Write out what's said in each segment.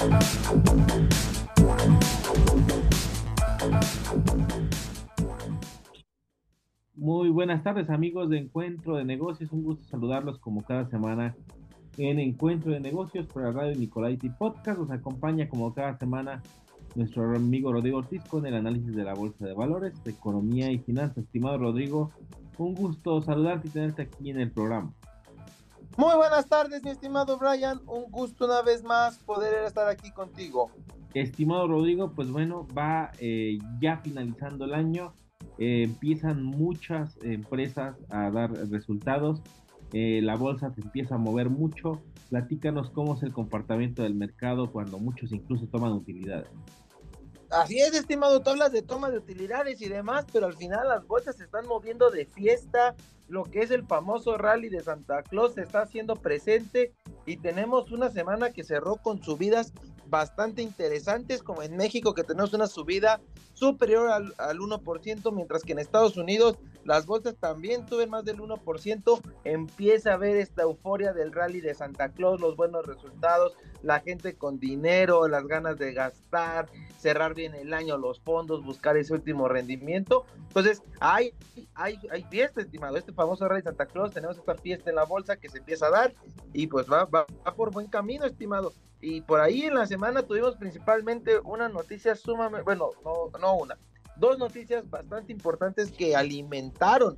Muy buenas tardes, amigos de Encuentro de Negocios. Un gusto saludarlos como cada semana en Encuentro de Negocios por la radio Nicolaiti Podcast. Nos acompaña como cada semana nuestro amigo Rodrigo Ortiz con el análisis de la Bolsa de Valores, de economía y finanzas. Estimado Rodrigo, un gusto saludarte y tenerte aquí en el programa. Muy buenas tardes, mi estimado Brian. Un gusto una vez más poder estar aquí contigo. Estimado Rodrigo, pues bueno, va ya finalizando el año. Empiezan muchas empresas a dar resultados. La bolsa se empieza a mover mucho. Platícanos cómo es el comportamiento del mercado cuando muchos incluso toman utilidades. Así es, estimado, tú hablas de toma de utilidades y demás, pero al final las bolsas se están moviendo de fiesta. Lo que es el famoso rally de Santa Claus se está haciendo presente y tenemos una semana que cerró con subidas bastante interesantes, como en México, que tenemos una subida superior al 1%, mientras que en Estados Unidos las bolsas también suben más del 1%. Empieza a ver esta euforia del rally de Santa Claus, los buenos resultados, la gente con dinero, las ganas de gastar, cerrar bien el año, los fondos, buscar ese último rendimiento. Entonces hay fiesta, estimado, este famoso rally de Santa Claus, tenemos esta fiesta en la bolsa que se empieza a dar y pues va por buen camino, estimado. Y por ahí en la semana tuvimos principalmente una noticia sumamente, bueno, no una, dos noticias bastante importantes que alimentaron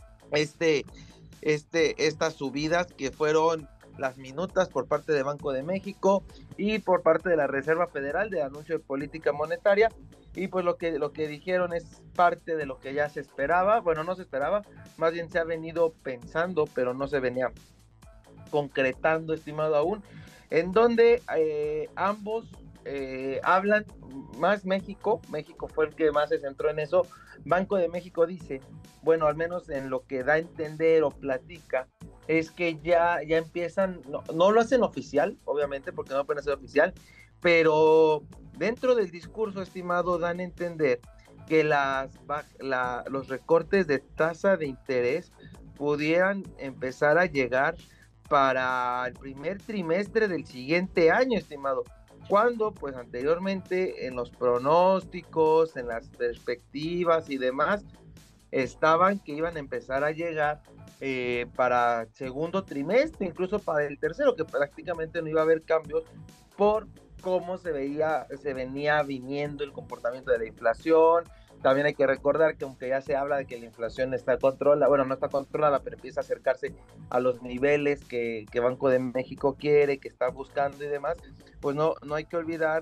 estas subidas, que fueron las minutas por parte de Banco de México y por parte de la Reserva Federal de anuncio de política monetaria. Y pues lo que dijeron es parte de lo que ya se esperaba. Bueno, no se esperaba, más bien se ha venido pensando, pero no se venía concretando, estimado, aún, en donde ambos hablan más. México fue el que más se centró en eso. Banco de México dice, bueno, al menos en lo que da a entender o platica, es que ya empiezan, no lo hacen oficial, obviamente, porque no pueden hacer oficial, pero dentro del discurso, estimado, dan a entender que los recortes de tasa de interés pudieran empezar a llegar para el primer trimestre del siguiente año, estimado, cuando pues anteriormente en los pronósticos, en las perspectivas y demás, estaban que iban a empezar a llegar para segundo trimestre, incluso para el tercero, que prácticamente no iba a haber cambios por cómo se venía viniendo el comportamiento de la inflación. También hay que recordar que aunque ya se habla de que la inflación está controlada, bueno, no está controlada, pero empieza a acercarse a los niveles que Banco de México quiere, que está buscando y demás, pues no hay que olvidar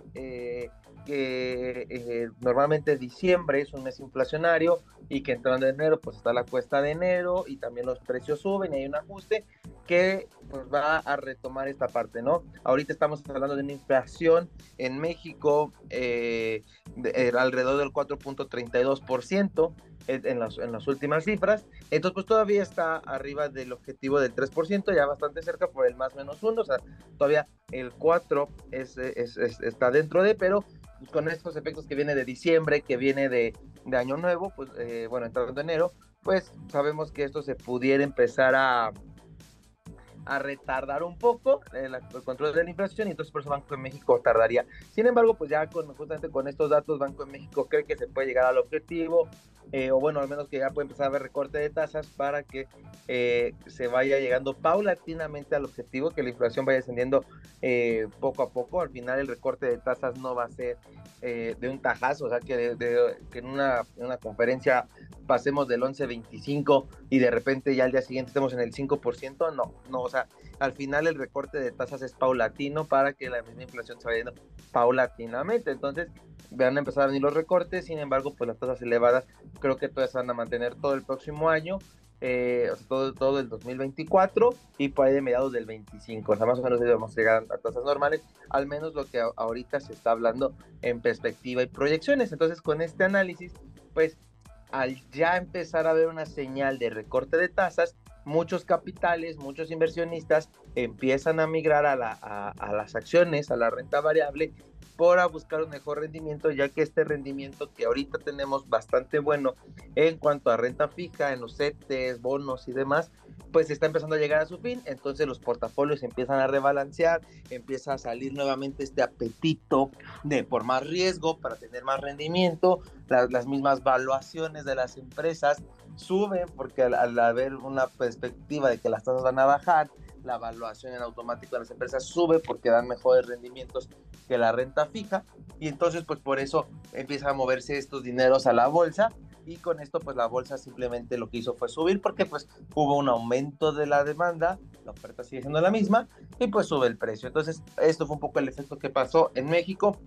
que normalmente diciembre es un mes inflacionario y que entrando en enero pues está la cuesta de enero y también los precios suben y hay un ajuste que pues va a retomar esta parte, ¿no? Ahorita estamos hablando de una inflación en México alrededor del 4.32% en las últimas cifras. Entonces pues todavía está arriba del objetivo del 3%, ya bastante cerca por el más menos 1, o sea, todavía el 4 está dentro de, pero pues, con estos efectos que viene de diciembre, que viene de Año Nuevo, pues bueno, entrando enero, pues sabemos que esto se pudiera empezar a retardar un poco el control de la inflación, y entonces por eso Banco de México tardaría. Sin embargo, pues ya justamente con estos datos, Banco de México cree que se puede llegar al objetivo, o bueno, al menos que ya puede empezar a haber recorte de tasas para que se vaya llegando paulatinamente al objetivo, que la inflación vaya descendiendo poco a poco. Al final el recorte de tasas no va a ser de un tajazo, o sea, que en una conferencia pasemos del 11.25 y de repente ya al día siguiente estemos en el 5%, no, o sea, al final el recorte de tasas es paulatino para que la misma inflación se vaya yendo paulatinamente. Entonces van a empezar a venir los recortes, sin embargo, pues las tasas elevadas creo que todavía se van a mantener todo el próximo año, o sea, todo el 2024 y por ahí de mediados del 25, o sea, más o menos vamos a llegar a tasas normales, al menos lo que ahorita se está hablando en perspectiva y proyecciones. Entonces, con este análisis, pues al ya empezar a ver una señal de recorte de tasas, muchos capitales, muchos inversionistas empiezan a migrar a las acciones, a la renta variable, para buscar un mejor rendimiento, ya que este rendimiento que ahorita tenemos bastante bueno en cuanto a renta fija, en los CETES, bonos y demás, pues está empezando a llegar a su fin. Entonces los portafolios empiezan a rebalancear, empieza a salir nuevamente este apetito de por más riesgo para tener más rendimiento. Las mismas valuaciones de las empresas suben porque al haber una perspectiva de que las tasas van a bajar, la evaluación en automático de las empresas sube porque dan mejores rendimientos que la renta fija, y entonces pues por eso empiezan a moverse estos dineros a la bolsa, y con esto pues la bolsa simplemente lo que hizo fue subir porque pues hubo un aumento de la demanda, la oferta sigue siendo la misma y pues sube el precio. Entonces esto fue un poco el efecto que pasó en México.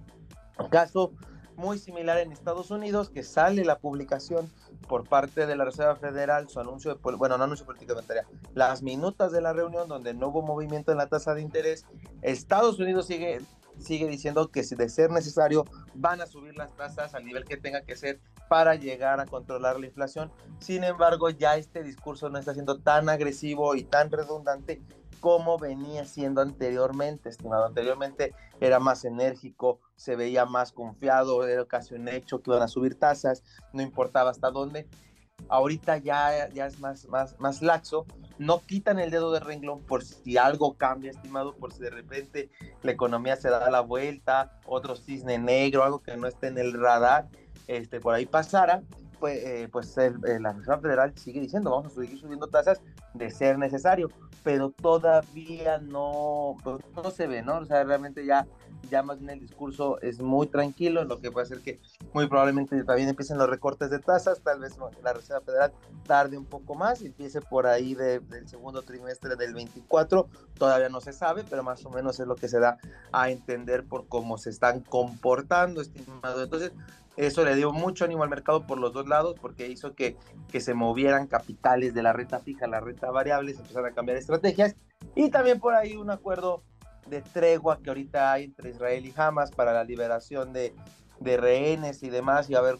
Caso muy similar en Estados Unidos, que sale la publicación por parte de la Reserva Federal, su anuncio de, bueno, no anuncio de política monetaria, las minutas de la reunión donde no hubo movimiento en la tasa de interés. Estados Unidos sigue diciendo que si de ser necesario van a subir las tasas al nivel que tenga que ser para llegar a controlar la inflación. Sin embargo, ya este discurso no está siendo tan agresivo y tan redundante como venía siendo anteriormente, estimado. Anteriormente era más enérgico, se veía más confiado, era casi un hecho que iban a subir tasas, no importaba hasta dónde. Ahorita ya es más laxo, no quitan el dedo de renglón por si algo cambia, estimado, por si de repente la economía se da la vuelta, otro cisne negro, algo que no esté en el radar, por ahí pasara, pues la Reserva Federal sigue diciendo, vamos a seguir subiendo tasas de ser necesario, pero todavía pues, no se ve, ¿no? O sea, realmente ya más bien el discurso es muy tranquilo, lo que puede hacer que muy probablemente también empiecen los recortes de tasas, tal vez la Reserva Federal tarde un poco más, empiece por ahí del segundo trimestre del 24, todavía no se sabe, pero más o menos es lo que se da a entender por cómo se están comportando, estimado. Entonces, eso le dio mucho ánimo al mercado por los dos lados, porque hizo que se movieran capitales de la renta fija a la renta variable, se empezaron a cambiar estrategias, y también por ahí un acuerdo de tregua que ahorita hay entre Israel y Hamas para la liberación de rehenes y demás, y a haber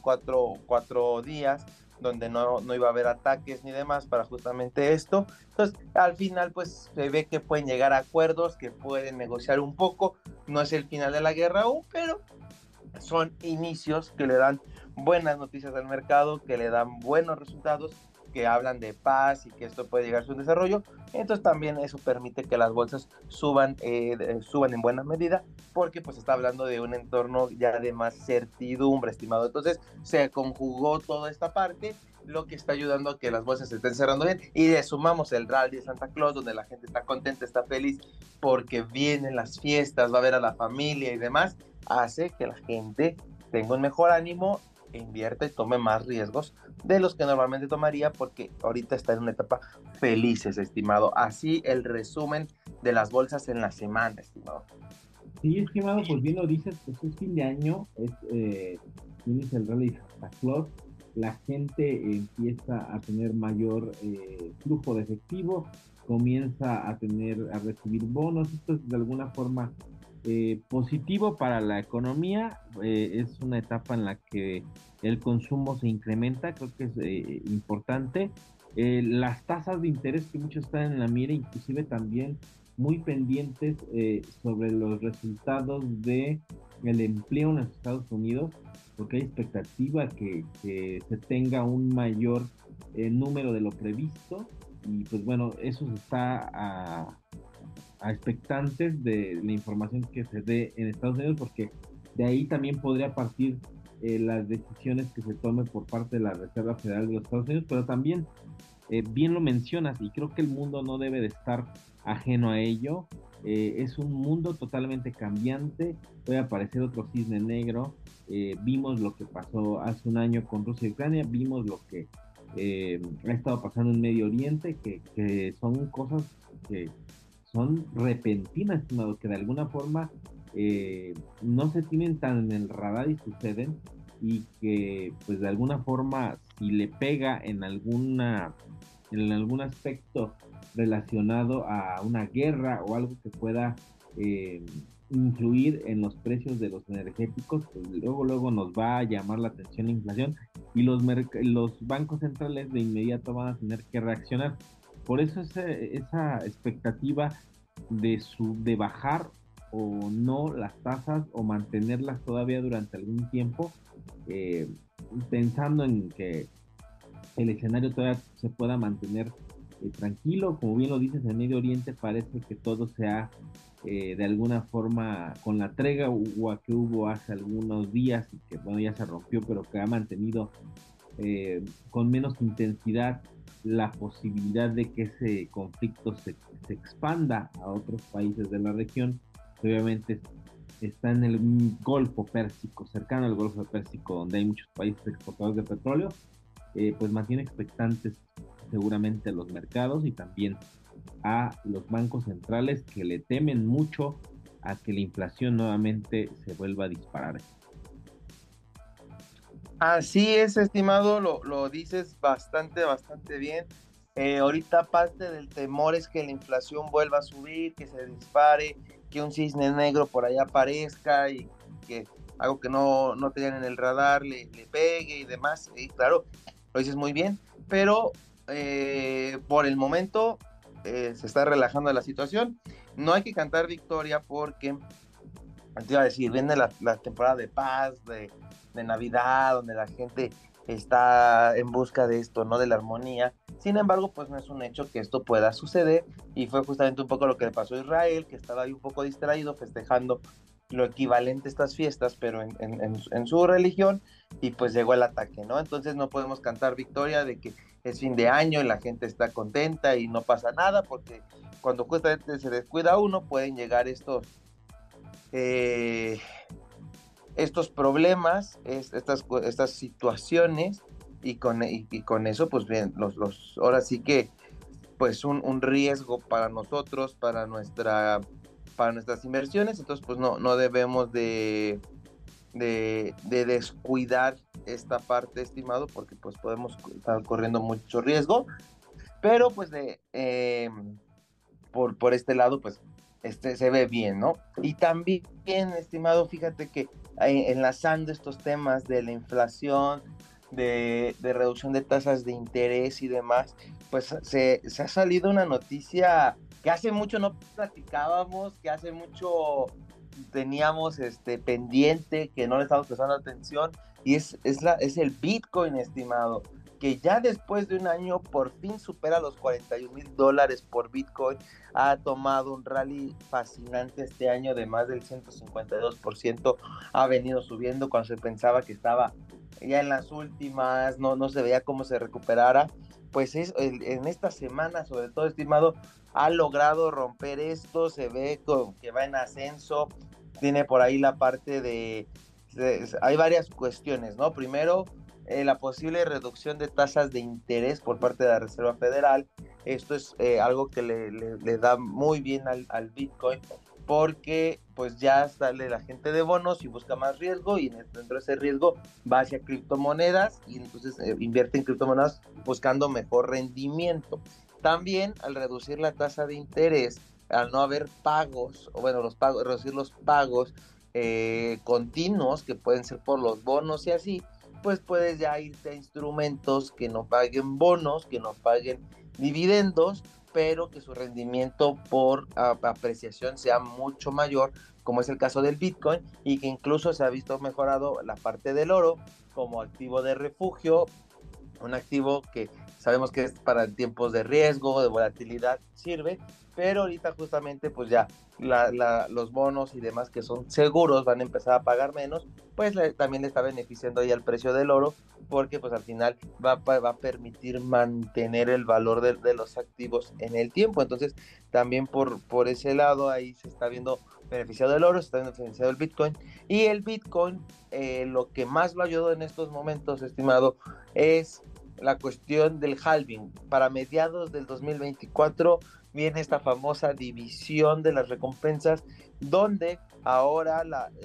cuatro días donde no iba a haber ataques ni demás para justamente esto. Entonces, al final, pues se ve que pueden llegar a acuerdos, que pueden negociar un poco. No es el final de la guerra aún, pero son inicios que le dan buenas noticias al mercado, que le dan buenos resultados, que hablan de paz y que esto puede llegar a su desarrollo. Entonces también eso permite que las bolsas suban en buena medida, porque pues está hablando de un entorno ya de más certidumbre, estimado. Entonces se conjugó toda esta parte, lo que está ayudando a que las bolsas se estén cerrando bien, y le sumamos el rally de Santa Claus, donde la gente está contenta, está feliz, porque vienen las fiestas, va a ver a la familia y demás, hace que la gente tenga un mejor ánimo, invierta y tome más riesgos de los que normalmente tomaría, porque ahorita está en una etapa felices, estimado. Así el resumen de las bolsas en la semana, estimado. Sí, estimado, pues bien lo dices, pues es fin de año, tienes el rally Santa Claus, la gente empieza a tener mayor flujo de efectivo, comienza a recibir bonos. Esto es de alguna forma positivo para la economía. Es una etapa en la que el consumo se incrementa, creo que es importante. Las tasas de interés, que muchos están en la mira, inclusive también muy pendientes sobre los resultados de el empleo en los Estados Unidos, porque hay expectativa que se tenga un mayor número de lo previsto, y pues bueno, eso se está a expectantes de la información que se dé en Estados Unidos, porque de ahí también podría partir las decisiones que se tomen por parte de la Reserva Federal de los Estados Unidos. Pero también, bien lo mencionas, y creo que el mundo no debe de estar ajeno a ello. Es un mundo totalmente cambiante, puede aparecer otro cisne negro. Vimos lo que pasó hace un año con Rusia y Ucrania, vimos lo que ha estado pasando en Medio Oriente, que son cosas que son repentinas, estimado, que de alguna forma no se tienen tan en el radar y suceden, y que pues de alguna forma, si le pega en algún aspecto relacionado a una guerra o algo que pueda eh, influir en los precios de los energéticos, pues luego nos va a llamar la atención la inflación, y los bancos centrales de inmediato van a tener que reaccionar. Por eso esa expectativa de bajar o no las tasas o mantenerlas todavía durante algún tiempo, eh, pensando en que el escenario todavía se pueda mantener tranquilo. Como bien lo dices, en Medio Oriente parece que todo se ha de alguna forma con la tregua que hubo hace algunos días y que bueno ya se rompió, pero que ha mantenido con menos intensidad la posibilidad de que ese conflicto se expanda a otros países de la región. Obviamente está en el Golfo Pérsico, cercano al Golfo Pérsico, donde hay muchos países exportadores de petróleo, pues mantiene expectantes seguramente a los mercados y también a los bancos centrales que le temen mucho a que la inflación nuevamente se vuelva a disparar. Así es, estimado, lo dices bastante bien. Ahorita parte del temor es que la inflación vuelva a subir, que se dispare, que un cisne negro por allá aparezca y que algo que no tenían en el radar le pegue y demás. Y claro, lo dices muy bien, pero por el momento se está relajando la situación. No hay que cantar victoria porque te iba a decir, viene la temporada de paz, de Navidad, donde la gente está en busca de esto, ¿no? De la armonía. Sin embargo, pues no es un hecho que esto pueda suceder y fue justamente un poco lo que le pasó a Israel, que estaba ahí un poco distraído festejando lo equivalente a estas fiestas, pero en su religión, y pues llegó el ataque, ¿no? Entonces no podemos cantar victoria de que es fin de año y la gente está contenta y no pasa nada, porque cuando justamente se descuida uno, pueden llegar eh, estos problemas, estas situaciones, y con eso, pues bien, ahora sí que, pues un riesgo para nosotros, para nuestras inversiones, entonces pues no debemos de descuidar esta parte, estimado, porque pues podemos estar corriendo mucho riesgo, pero pues por este lado, pues se ve bien, ¿no? Y también, estimado, fíjate que enlazando estos temas de la inflación, de reducción de tasas de interés y demás, pues se ha salido una noticia que hace mucho no platicábamos, que hace mucho teníamos pendiente, que no le estábamos prestando atención, y es el Bitcoin, estimado, que ya después de un año por fin supera los $41,000 por Bitcoin, ha tomado un rally fascinante este año de más del 152%, ha venido subiendo cuando se pensaba que estaba ya en las últimas, no se veía cómo se recuperara, pues en esta semana, sobre todo, estimado, ha logrado romper esto, se ve que va en ascenso, tiene por ahí la parte hay varias cuestiones, ¿no? Primero, la posible reducción de tasas de interés por parte de la Reserva Federal. Esto es algo que le da muy bien al Bitcoin, porque pues ya sale la gente de bonos y busca más riesgo, y dentro de ese riesgo va hacia criptomonedas, y entonces invierte en criptomonedas buscando mejor rendimiento. También, al reducir la tasa de interés, al no haber pagos, o bueno, reducir los pagos continuos, que pueden ser por los bonos y así, pues puedes ya irte a instrumentos que no paguen bonos, que no paguen dividendos, pero que su rendimiento por apreciación sea mucho mayor, como es el caso del Bitcoin, y que incluso se ha visto mejorado la parte del oro como activo de refugio, un activo que sabemos que es para tiempos de riesgo, de volatilidad, sirve, pero ahorita justamente pues ya los bonos y demás que son seguros van a empezar a pagar menos, pues también le está beneficiando ahí al precio del oro, porque pues al final va a permitir mantener el valor de los activos en el tiempo. Entonces también por ese lado ahí se está viendo beneficiado el oro, se está beneficiado el Bitcoin, y el Bitcoin lo que más lo ayudó en estos momentos, estimado, es la cuestión del halving. Para mediados del 2024 viene esta famosa división de las recompensas, donde ahora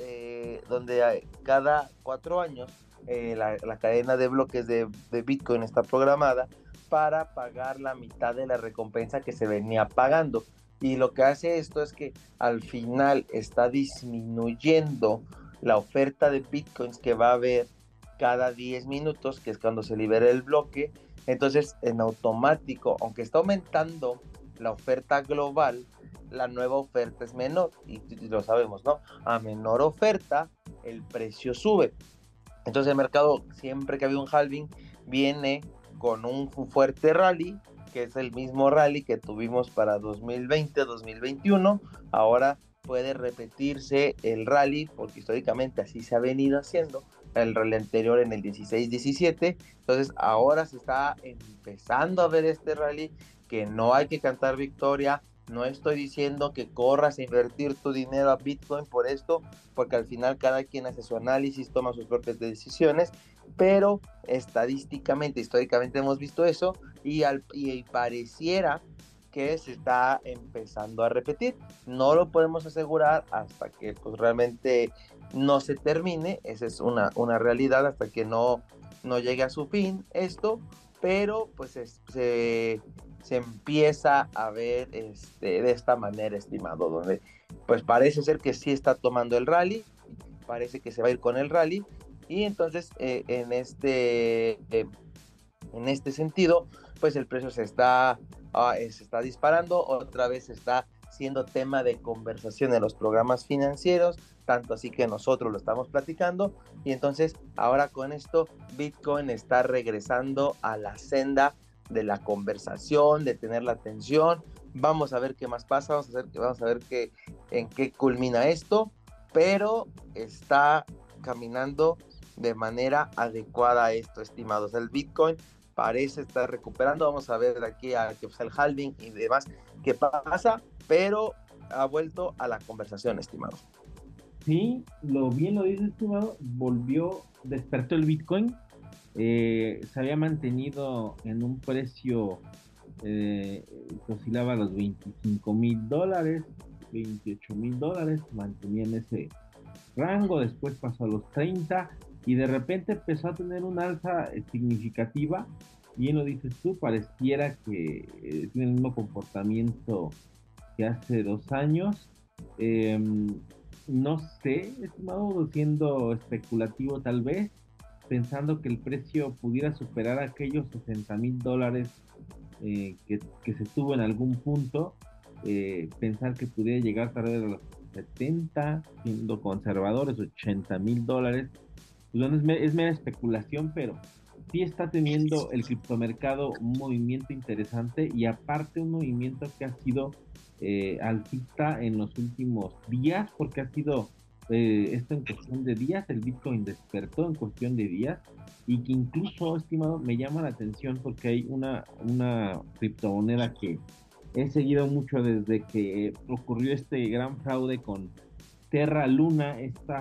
donde cada 4 años la cadena de bloques de Bitcoin está programada para pagar la mitad de la recompensa que se venía pagando. Y lo que hace esto es que al final está disminuyendo la oferta de Bitcoins que va a haber cada 10 minutos, que es cuando se libera el bloque. Entonces, en automático, aunque está aumentando la oferta global, la nueva oferta es menor, y lo sabemos, ¿no? A menor oferta, el precio sube. Entonces el mercado, siempre que ha habido un halving, viene con un fuerte rally, que es el mismo rally que tuvimos para 2020-2021. Ahora puede repetirse el rally, porque históricamente así se ha venido haciendo, el rally anterior en el 16-17. Entonces ahora se está empezando a ver este rally, que no hay que cantar victoria. No estoy diciendo que corras a invertir tu dinero a Bitcoin por esto, porque al final cada quien hace su análisis, toma sus propias decisiones, pero estadísticamente, históricamente hemos visto eso, y pareciera que se está empezando a repetir. No lo podemos asegurar hasta que pues realmente no se termine, esa es una realidad, hasta que no llegue a su fin esto, pero pues se empieza a ver de esta manera, estimado, donde pues parece ser que sí está tomando el rally, parece que se va a ir con el rally, y entonces en este sentido, pues el precio se está disparando, otra vez está siendo tema de conversación en los programas financieros, tanto así que nosotros lo estamos platicando, y entonces ahora con esto Bitcoin está regresando a la senda de la conversación, de tener la atención. Vamos a ver qué más pasa, vamos a ver en qué culmina esto, pero está caminando de manera adecuada a esto, estimados. El Bitcoin parece estar recuperando, vamos a ver de aquí a que el halving y demás qué pasa, pero ha vuelto a la conversación, estimado. Sí, bien lo dices, estimado, despertó el Bitcoin, se había mantenido en un precio que oscilaba a los $25,000, $28,000, mantenía en ese rango, después pasó a los 30 y de repente empezó a tener una alza significativa. Bien lo dices tú, pareciera que tiene el mismo comportamiento que hace 2 años. No sé, estimado, siendo especulativo tal vez, pensando que el precio pudiera superar aquellos $60,000 que se tuvo en algún punto, pensar que pudiera llegar tal vez a los 70, siendo conservadores, $80,000. Pues bueno, es mera especulación, pero sí está teniendo el criptomercado un movimiento interesante y aparte un movimiento que ha sido alcista en los últimos días, porque ha sido esto en cuestión de días, el Bitcoin despertó en cuestión de días y que incluso, estimado, me llama la atención porque hay una criptomoneda que he seguido mucho desde que ocurrió este gran fraude con Terra Luna,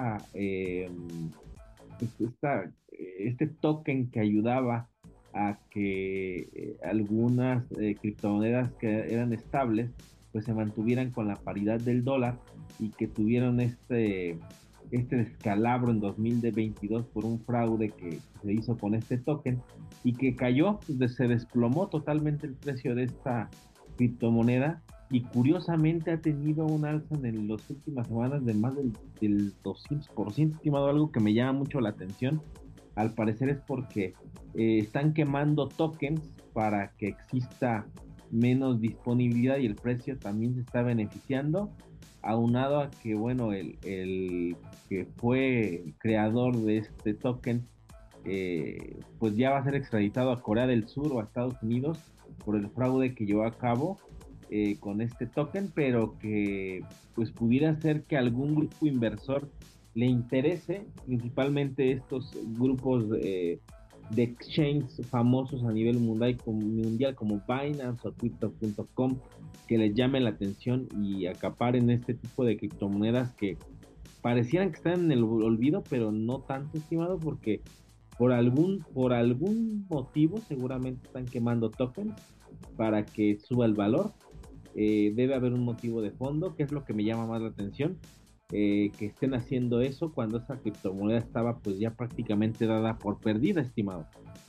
este token que ayudaba a que algunas criptomonedas que eran estables pues se mantuvieran con la paridad del dólar y que tuvieron este descalabro en 2022 por un fraude que se hizo con este token y que cayó, se desplomó totalmente el precio de esta criptomoneda y curiosamente ha tenido un alza en las últimas semanas de más del 200%, estimado, algo que me llama mucho la atención. Al parecer es porque están quemando tokens para que exista menos disponibilidad y el precio también se está beneficiando, aunado a que, bueno, el que fue creador de este token, pues ya va a ser extraditado a Corea del Sur o a Estados Unidos por el fraude que llevó a cabo con este token, pero que pues pudiera ser que algún grupo inversor le interese, principalmente estos grupos de exchange famosos a nivel mundial como Binance o Crypto.com, que les llame la atención y acaparen este tipo de criptomonedas que parecieran que están en el olvido, pero no tanto, estimado, porque por algún motivo seguramente están quemando tokens para que suba el valor. Debe haber un motivo de fondo, que es lo que me llama más la atención, que estén haciendo eso cuando esa criptomoneda estaba pues ya prácticamente dada por perdida, estimado.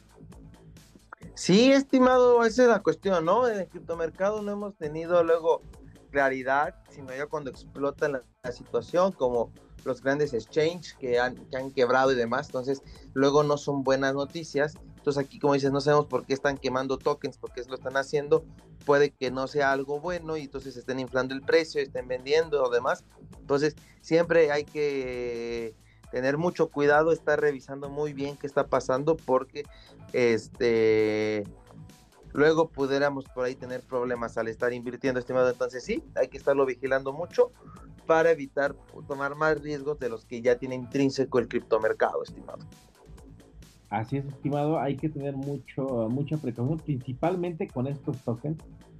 Sí, estimado, esa es la cuestión, ¿no? En el criptomercado no hemos tenido luego claridad, sino ya cuando explota la situación, como los grandes exchanges que han quebrado y demás, entonces luego no son buenas noticias, Entonces aquí, como dices, no sabemos por qué están quemando tokens, por qué lo están haciendo, puede que no sea algo bueno y entonces estén inflando el precio, estén vendiendo o demás. Entonces siempre hay que tener mucho cuidado, estar revisando muy bien qué está pasando, porque luego pudiéramos por ahí tener problemas al estar invirtiendo, estimado. Entonces sí, hay que estarlo vigilando mucho para evitar tomar más riesgos de los que ya tiene intrínseco el criptomercado, estimado. Así es, estimado, hay que tener mucha precaución, principalmente con estos tokens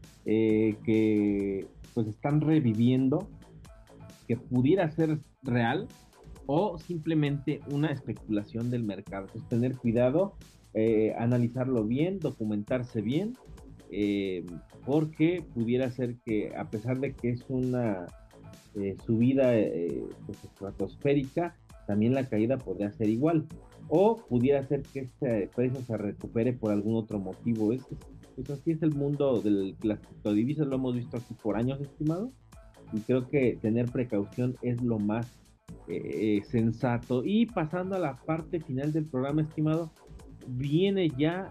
que pues están reviviendo, que pudiera ser real o simplemente una especulación del mercado. Entonces, tener cuidado, analizarlo bien, documentarse bien, eh, porque pudiera ser que a pesar de que es una subida pues, estratosférica, también la caída podría ser igual. O pudiera ser que este precio se recupere por algún otro motivo. Pues así es el mundo de las criptodivisas, lo hemos visto aquí por años, estimado, y creo que tener precaución es lo más sensato. Y pasando a la parte final del programa, estimado, viene ya,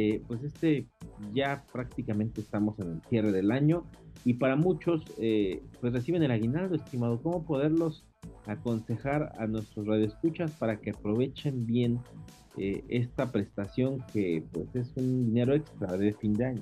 ya prácticamente estamos en el cierre del año y para muchos, pues reciben el aguinaldo, estimado. ¿Cómo poderlos aconsejar a nuestros radioescuchas para que aprovechen bien esta prestación que pues es un dinero extra de fin de año?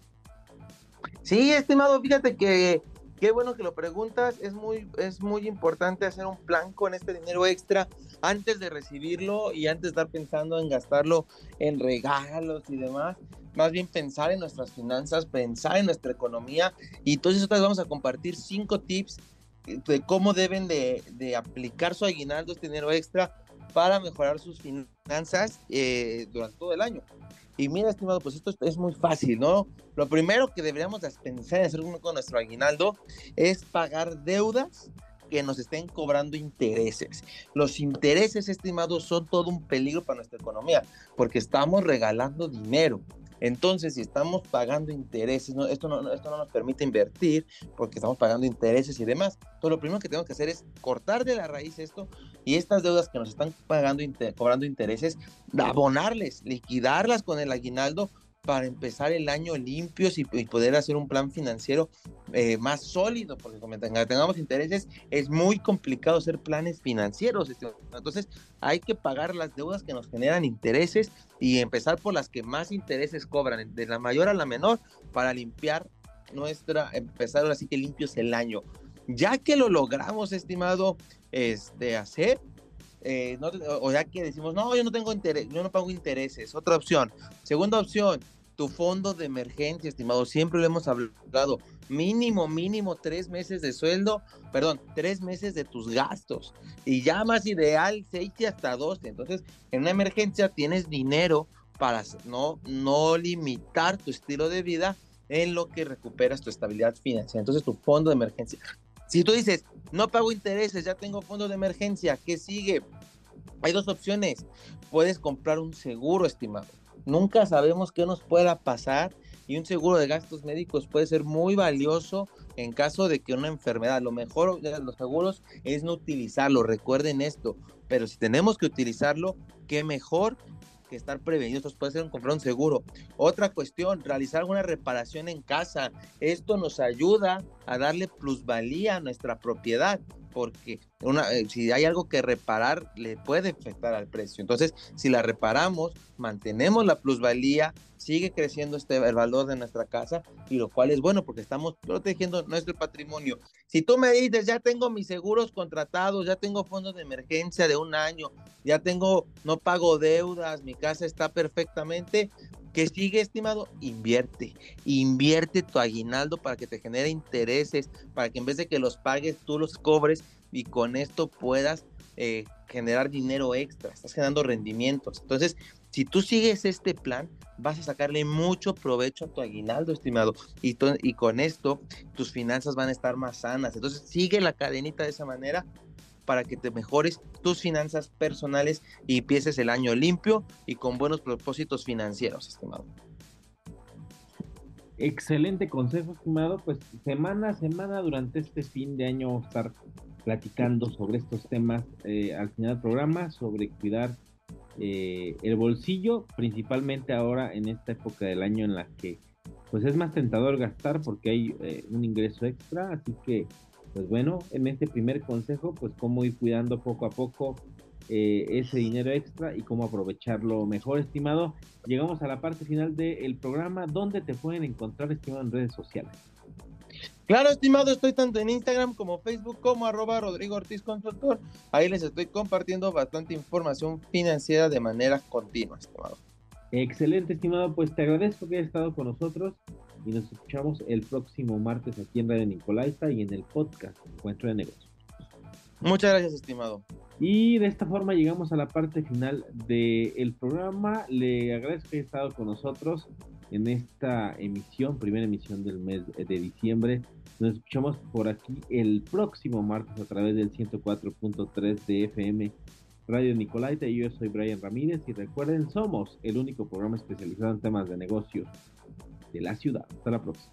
Sí, estimado, fíjate que qué bueno que lo preguntas. Es muy importante hacer un plan con este dinero extra antes de recibirlo y antes de estar pensando en gastarlo en regalos y demás. Más bien pensar en nuestras finanzas, pensar en nuestra economía. Y entonces nosotros vamos a compartir 5 tips de cómo deben de aplicar su aguinaldo, este dinero extra, para mejorar sus finanzas durante todo el año. Y mira, estimado, pues esto es muy fácil, ¿no? Lo primero que deberíamos pensar en hacer con nuestro aguinaldo es pagar deudas que nos estén cobrando intereses. Los intereses, estimados, son todo un peligro para nuestra economía, porque estamos regalando dinero. Entonces, si estamos pagando intereses, esto no nos permite invertir porque estamos pagando intereses y demás. Entonces, lo primero que tenemos que hacer es cortar de la raíz esto y estas deudas que nos están cobrando intereses, abonarles, liquidarlas con el aguinaldo para empezar el año limpios y poder hacer un plan financiero más sólido, porque como tengamos intereses, es muy complicado hacer planes financieros. Entonces, hay que pagar las deudas que nos generan intereses y empezar por las que más intereses cobran, de la mayor a la menor, para limpiar empezar ahora sí que limpios el año. Ya que lo logramos, estimado, hacer, o ya que decimos, no, yo no tengo interés, yo no pago intereses. Otra opción. Segunda opción, tu fondo de emergencia, estimado. Siempre lo hemos hablado. Mínimo 3 meses de sueldo, perdón, 3 meses de tus gastos. Y ya más ideal, 6 y hasta 12. Entonces, en una emergencia tienes dinero para no limitar tu estilo de vida en lo que recuperas tu estabilidad financiera. Entonces, tu fondo de emergencia. Si tú dices, no pago intereses, ya tengo fondo de emergencia, ¿qué sigue? Hay dos opciones. Puedes comprar un seguro, estimado. Nunca sabemos qué nos pueda pasar y un seguro de gastos médicos puede ser muy valioso en caso de que una enfermedad. Lo mejor de los seguros es no utilizarlo, recuerden esto. Pero si tenemos que utilizarlo, qué mejor que estar prevenidos. Entonces puede ser comprar un seguro. Otra cuestión, realizar alguna reparación en casa. Esto nos ayuda a darle plusvalía a nuestra propiedad, porque si hay algo que reparar, le puede afectar al precio. Entonces, si la reparamos, mantenemos la plusvalía, sigue creciendo el valor de nuestra casa, y lo cual es bueno porque estamos protegiendo nuestro patrimonio. Si tú me dices, ya tengo mis seguros contratados, ya tengo fondos de emergencia de un año, no pago deudas, mi casa está perfectamente, ¿qué sigue, estimado? Invierte tu aguinaldo para que te genere intereses, para que en vez de que los pagues, tú los cobres y con esto puedas generar dinero extra, estás generando rendimientos. Entonces, si tú sigues este plan, vas a sacarle mucho provecho a tu aguinaldo, estimado, y con esto tus finanzas van a estar más sanas. Entonces, sigue la cadenita de esa manera para que te mejores tus finanzas personales y empieces el año limpio y con buenos propósitos financieros, estimado. Excelente consejo, estimado. Pues semana a semana durante este fin de año vamos a estar platicando sobre estos temas al final del programa, sobre cuidar el bolsillo, principalmente ahora en esta época del año en la que pues es más tentador gastar porque hay un ingreso extra, así que pues bueno, en este primer consejo, pues cómo ir cuidando poco a poco ese dinero extra y cómo aprovecharlo mejor, estimado. Llegamos a la parte final del programa. ¿Dónde te pueden encontrar, estimado, en redes sociales? Claro, estimado, estoy tanto en Instagram como Facebook como @Rodrigo Ortiz Consultor. Ahí les estoy compartiendo bastante información financiera de manera continua, estimado. Excelente, estimado. Pues te agradezco que hayas estado con nosotros y nos escuchamos el próximo martes aquí en Radio Nicolaita y en el podcast Encuentro de Negocios. Muchas gracias, estimado. Y de esta forma llegamos a la parte final del programa. Le agradezco que haya estado con nosotros en esta emisión, primera emisión del mes de diciembre. Nos escuchamos por aquí el próximo martes a través del 104.3 de FM Radio Nicolaita. Y yo soy Brian Ramírez y recuerden, somos el único programa especializado en temas de negocios de la ciudad. Hasta la próxima.